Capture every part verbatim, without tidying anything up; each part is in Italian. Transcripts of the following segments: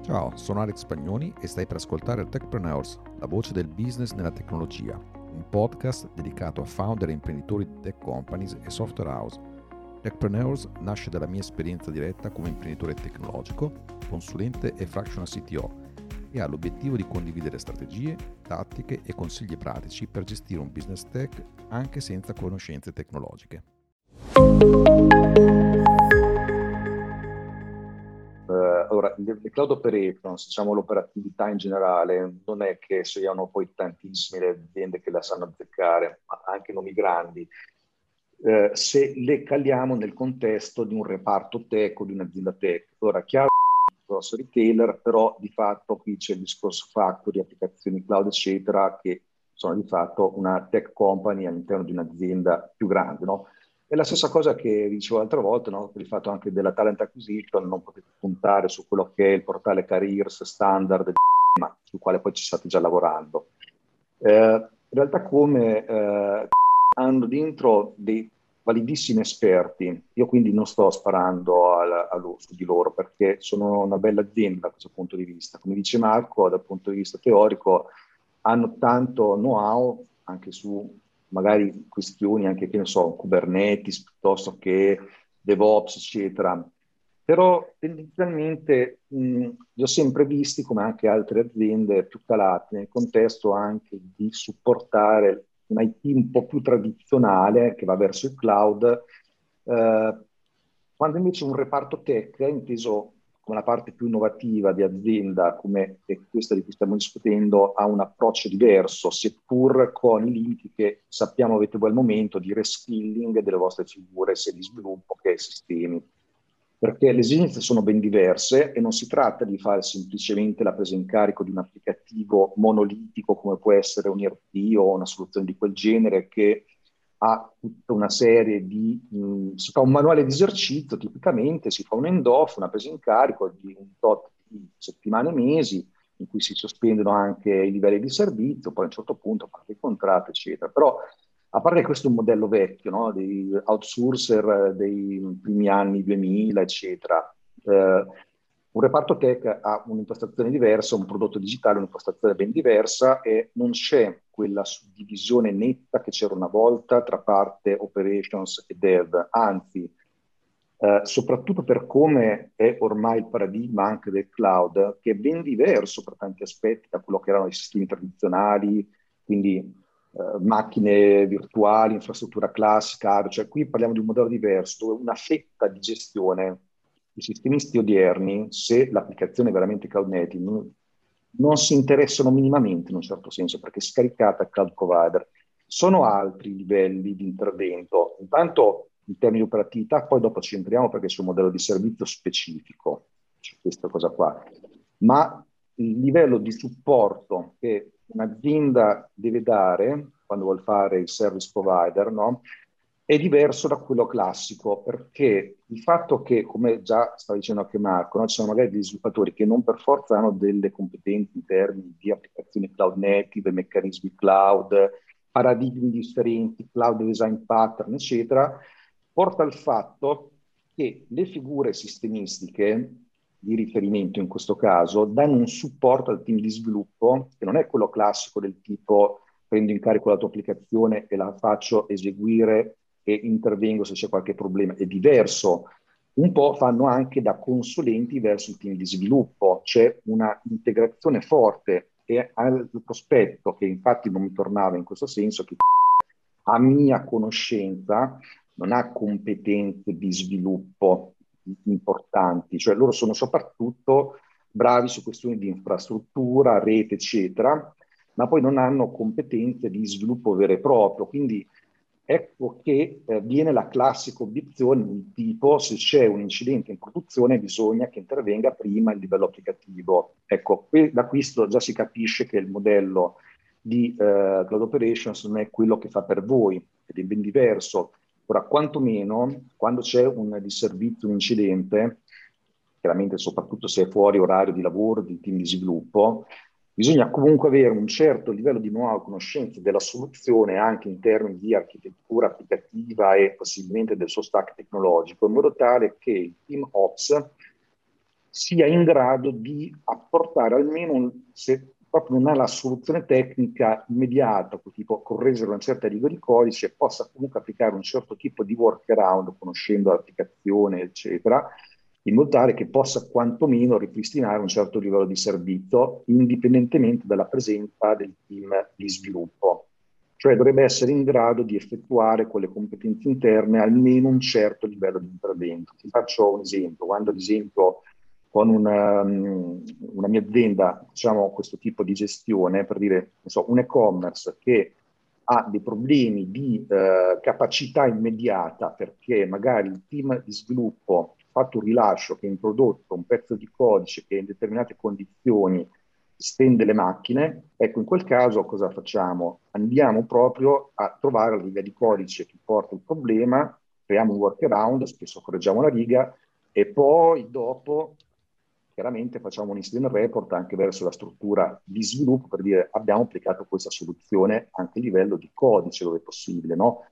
Ciao, sono Alex Spagnoni e stai per ascoltare Techpreneurs, la voce del business nella tecnologia, un podcast dedicato a founder e imprenditori di tech companies e software house. Techpreneurs nasce dalla mia esperienza diretta come imprenditore tecnologico, consulente e fractional C T O e ha l'obiettivo di condividere strategie, tattiche e consigli pratici per gestire un business tech anche senza conoscenze tecnologiche. Allora, le cloud operations, diciamo l'operatività in generale, non è che siano poi tantissime le aziende che la sanno azzeccare, ma anche nomi grandi, eh, se le caliamo nel contesto di un reparto tech o di un'azienda tech. Ora, chiaro, grosso retailer, però di fatto qui c'è il discorso factory, applicazioni cloud, eccetera, che sono di fatto una tech company all'interno di un'azienda più grande, no? È la stessa cosa che dicevo l'altra volta, no? Per il fatto anche della talent acquisition, non potete puntare su quello che è il portale careers standard, ma sul quale poi ci state già lavorando. Eh, in realtà come eh, hanno dentro dei validissimi esperti, io quindi non sto sparando al, al, su di loro perché sono una bella azienda da questo punto di vista. Come dice Marco, dal punto di vista teorico, hanno tanto know-how anche su magari questioni anche, che ne so, Kubernetes piuttosto che DevOps, eccetera. Però tendenzialmente mh, li ho sempre visti, come anche altre aziende, più calate nel contesto anche di supportare un I T un po' più tradizionale che va verso il cloud, eh, quando invece un reparto tech, inteso come la parte più innovativa di azienda, come è questa di cui stiamo discutendo, ha un approccio diverso, seppur con i limiti che sappiamo avete voi al momento di reskilling delle vostre figure, sia di sviluppo che sistemi. Perché le esigenze sono ben diverse e non si tratta di fare semplicemente la presa in carico di un applicativo monolitico come può essere un E R P o una soluzione di quel genere che ha tutta una serie di... Mh, si fa un manuale di esercizio, tipicamente si fa un end-off, una presa in carico di un tot di settimane, mesi, in cui si sospendono anche i livelli di servizio, poi a un certo punto parte il contratto, eccetera. Però, a parte che questo è un modello vecchio, no? Dei outsourcer dei primi anni duemila, eccetera. Eh, un reparto tech ha un'impostazione diversa, un prodotto digitale, un'impostazione ben diversa e non c'è quella suddivisione netta che c'era una volta tra parte operations e dev, anzi, eh, soprattutto per come è ormai il paradigma anche del cloud, che è ben diverso per tanti aspetti da quello che erano i sistemi tradizionali, quindi eh, macchine virtuali, infrastruttura classica, cioè qui parliamo di un modello diverso, dove una fetta di gestione, i sistemisti odierni, se l'applicazione è veramente cloud native, non, non si interessano minimamente in un certo senso, perché è scaricata al cloud provider. Sono altri livelli di intervento. Intanto in termini di operatività, poi dopo ci entriamo perché c'è un modello di servizio specifico, c'è questa cosa qua. Ma il livello di supporto che un'azienda deve dare quando vuol fare il service provider, no? È diverso da quello classico, perché il fatto che, come già stava dicendo anche Marco, no, ci sono magari degli sviluppatori che non per forza hanno delle competenze in termini di applicazioni cloud native, meccanismi cloud, paradigmi differenti, cloud design pattern, eccetera, porta al fatto che le figure sistemistiche di riferimento in questo caso danno un supporto al team di sviluppo che non è quello classico del tipo prendo in carico la tua applicazione e la faccio eseguire e intervengo se c'è qualche problema. È diverso. Un po' fanno anche da consulenti verso il team di sviluppo. C'è una integrazione forte e al prospetto, che infatti non mi tornava in questo senso, che a mia conoscenza non ha competenze di sviluppo importanti, cioè loro sono soprattutto bravi su questioni di infrastruttura, rete, eccetera, ma poi non hanno competenze di sviluppo vero e proprio. Quindi ecco che eh, viene la classica obiezione di tipo: se c'è un incidente in produzione bisogna che intervenga prima il livello applicativo. Ecco, qui, da questo già si capisce che il modello di eh, Cloud Operations non è quello che fa per voi, ed è ben diverso. Ora, quantomeno, quando c'è un disservizio, un incidente, chiaramente soprattutto se è fuori orario di lavoro, di team di sviluppo, bisogna comunque avere un certo livello di know-how, conoscenze della soluzione anche in termini di architettura applicativa e possibilmente del suo stack tecnologico, in modo tale che il team Ops sia in grado di apportare almeno, un, se proprio non ha la soluzione tecnica immediata, tipo correggere una certa riga di codice, possa comunque applicare un certo tipo di workaround, conoscendo l'applicazione, eccetera, in modo tale che possa quantomeno ripristinare un certo livello di servizio, indipendentemente dalla presenza del team di sviluppo. Cioè dovrebbe essere in grado di effettuare con le competenze interne almeno un certo livello di intervento. Ti faccio un esempio. Quando ad esempio con una, una mia azienda facciamo questo tipo di gestione, per dire, non so, un e-commerce che ha dei problemi di eh, capacità immediata perché magari il team di sviluppo ha fatto un rilascio che ha introdotto un pezzo di codice che in determinate condizioni stende le macchine, ecco, in quel caso cosa facciamo? Andiamo proprio a trovare la riga di codice che porta il problema, creiamo un workaround, spesso correggiamo la riga e poi dopo chiaramente facciamo un incident report anche verso la struttura di sviluppo per dire abbiamo applicato questa soluzione anche a livello di codice dove è possibile, no?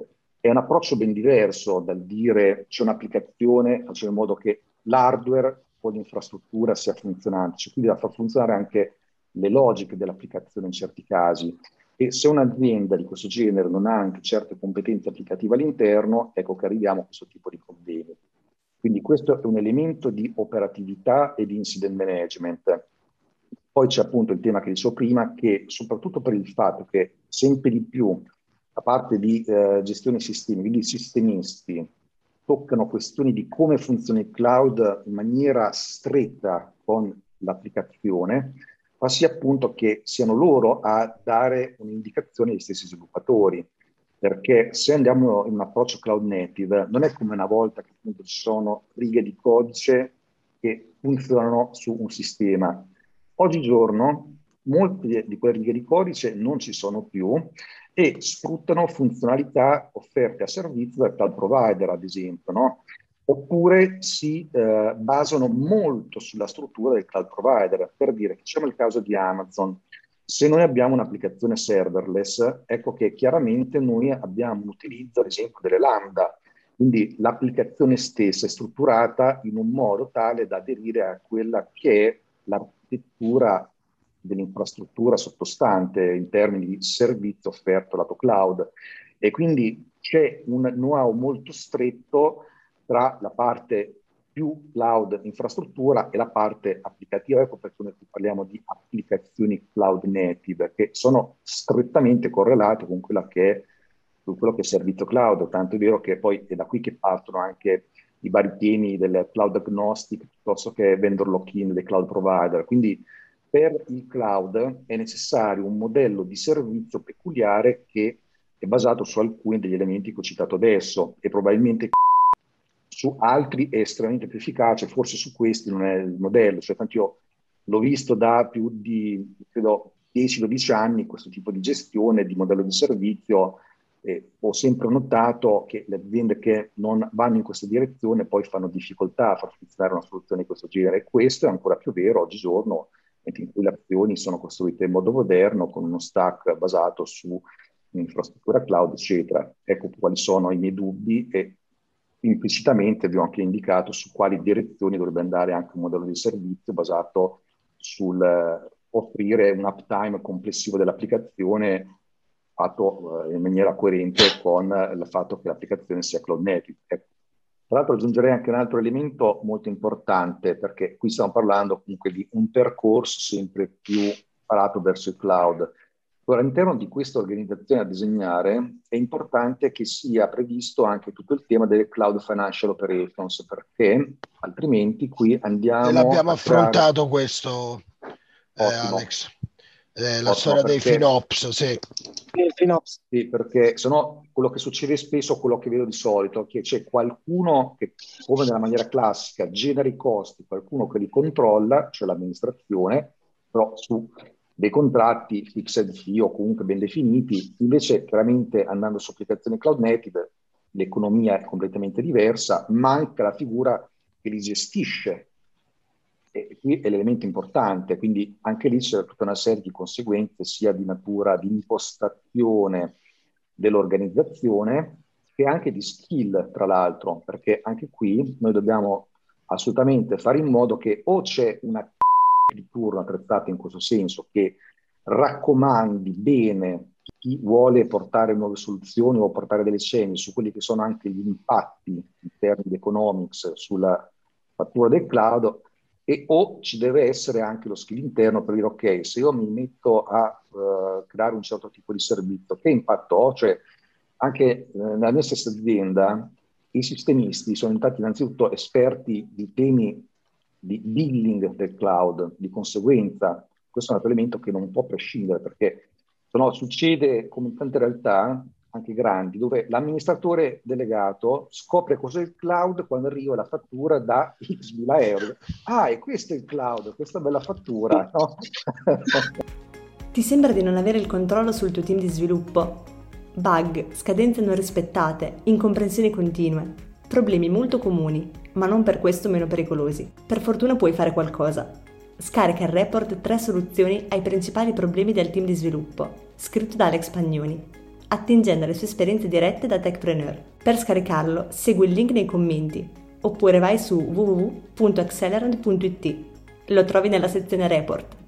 È un approccio ben diverso dal dire c'è un'applicazione, facciamo in modo che l'hardware o l'infrastruttura sia funzionante, cioè, quindi da far funzionare anche le logiche dell'applicazione in certi casi. E se un'azienda di questo genere non ha anche certe competenze applicative all'interno, ecco che arriviamo a questo tipo di problemi. Quindi questo è un elemento di operatività e di incident management. Poi c'è appunto il tema che dicevo prima, che soprattutto per il fatto che sempre di più, a parte di eh, gestione sistemi, quindi i sistemisti toccano questioni di come funziona il cloud in maniera stretta con l'applicazione, fa sì appunto che siano loro a dare un'indicazione agli stessi sviluppatori. Perché se andiamo in un approccio cloud native, non è come una volta che appunto ci sono righe di codice che funzionano su un sistema. Oggigiorno molte di quelle righe di codice non ci sono più e sfruttano funzionalità offerte a servizio dal cloud provider, ad esempio, no? Oppure si eh, basano molto sulla struttura del cloud provider. Per dire, facciamo il caso di Amazon. Se noi abbiamo un'applicazione serverless, ecco che chiaramente noi abbiamo un utilizzo, ad esempio, delle Lambda. Quindi l'applicazione stessa è strutturata in un modo tale da aderire a quella che è l'architettura dell'infrastruttura sottostante in termini di servizio offerto lato cloud. E quindi c'è un know-how molto stretto tra la parte più cloud infrastruttura e la parte applicativa. Ecco perché noi parliamo di applicazioni cloud native, che sono strettamente correlate con quella che è, con quello che è servizio cloud, tanto è vero che poi è da qui che partono anche i vari temi del cloud agnostic piuttosto che vendor lock-in dei cloud provider. Quindi per il cloud è necessario un modello di servizio peculiare che è basato su alcuni degli elementi che ho citato adesso e probabilmente su altri è estremamente più efficace, forse su questi non è il modello. Cioè, tanto io l'ho visto da più di credo, dieci dodici anni questo tipo di gestione, di modello di servizio, e ho sempre notato che le aziende che non vanno in questa direzione poi fanno difficoltà a far funzionare una soluzione di questo genere. E questo è ancora più vero oggigiorno, in cui le azioni sono costruite in modo moderno, con uno stack basato su infrastruttura cloud, eccetera. Ecco quali sono i miei dubbi e implicitamente vi ho anche indicato su quali direzioni dovrebbe andare anche un modello di servizio basato sul eh, offrire un uptime complessivo dell'applicazione fatto eh, in maniera coerente con eh, il fatto che l'applicazione sia cloud native. Ecco. Tra l'altro aggiungerei anche un altro elemento molto importante, perché qui stiamo parlando comunque di un percorso sempre più parato verso il cloud. Ora, all'interno di questa organizzazione a disegnare è importante che sia previsto anche tutto il tema delle cloud financial operations, perché altrimenti qui E andiamo l'abbiamo a creare... affrontato questo, eh, Ottimo, Alex. Eh, la ottimo, storia dei perché FinOps, sì. Il FinOps. sì, perché se no quello che succede spesso, quello che vedo di solito, è che c'è qualcuno che, come nella maniera classica, genera i costi, qualcuno che li controlla, cioè l'amministrazione, però su dei contratti fixed fee o comunque ben definiti. Invece, chiaramente, andando su applicazioni cloud native, l'economia è completamente diversa, manca la figura che li gestisce. E qui è l'elemento importante, quindi anche lì c'è tutta una serie di conseguenze sia di natura di impostazione dell'organizzazione che anche di skill, tra l'altro, perché anche qui noi dobbiamo assolutamente fare in modo che o c'è una di turno attrezzata in questo senso che raccomandi bene chi vuole portare nuove soluzioni o portare delle scene su quelli che sono anche gli impatti in termini di economics sulla fattura del cloud, e o ci deve essere anche lo skill interno per dire ok, se io mi metto a uh, creare un certo tipo di servizio, che impatto ho? Cioè anche eh, nella mia stessa azienda i sistemisti sono diventati innanzitutto esperti di temi di billing del cloud, di conseguenza questo è un altro elemento che non può prescindere, perché se no succede come in tante realtà anche grandi, dove l'amministratore delegato scopre cos'è il cloud quando arriva la fattura da X mila euro. Ah, e questo è il cloud, questa bella fattura, no? Ti sembra di non avere il controllo sul tuo team di sviluppo? Bug, scadenze non rispettate, incomprensioni continue, problemi molto comuni, ma non per questo meno pericolosi. Per fortuna puoi fare qualcosa. Scarica il report tre soluzioni ai principali problemi del team di sviluppo, scritto da Alex Pagnoni, attingendo alle sue esperienze dirette da Techpreneur. Per scaricarlo, segui il link nei commenti, oppure vai su w w w punto accelerant punto i t. Lo trovi nella sezione report.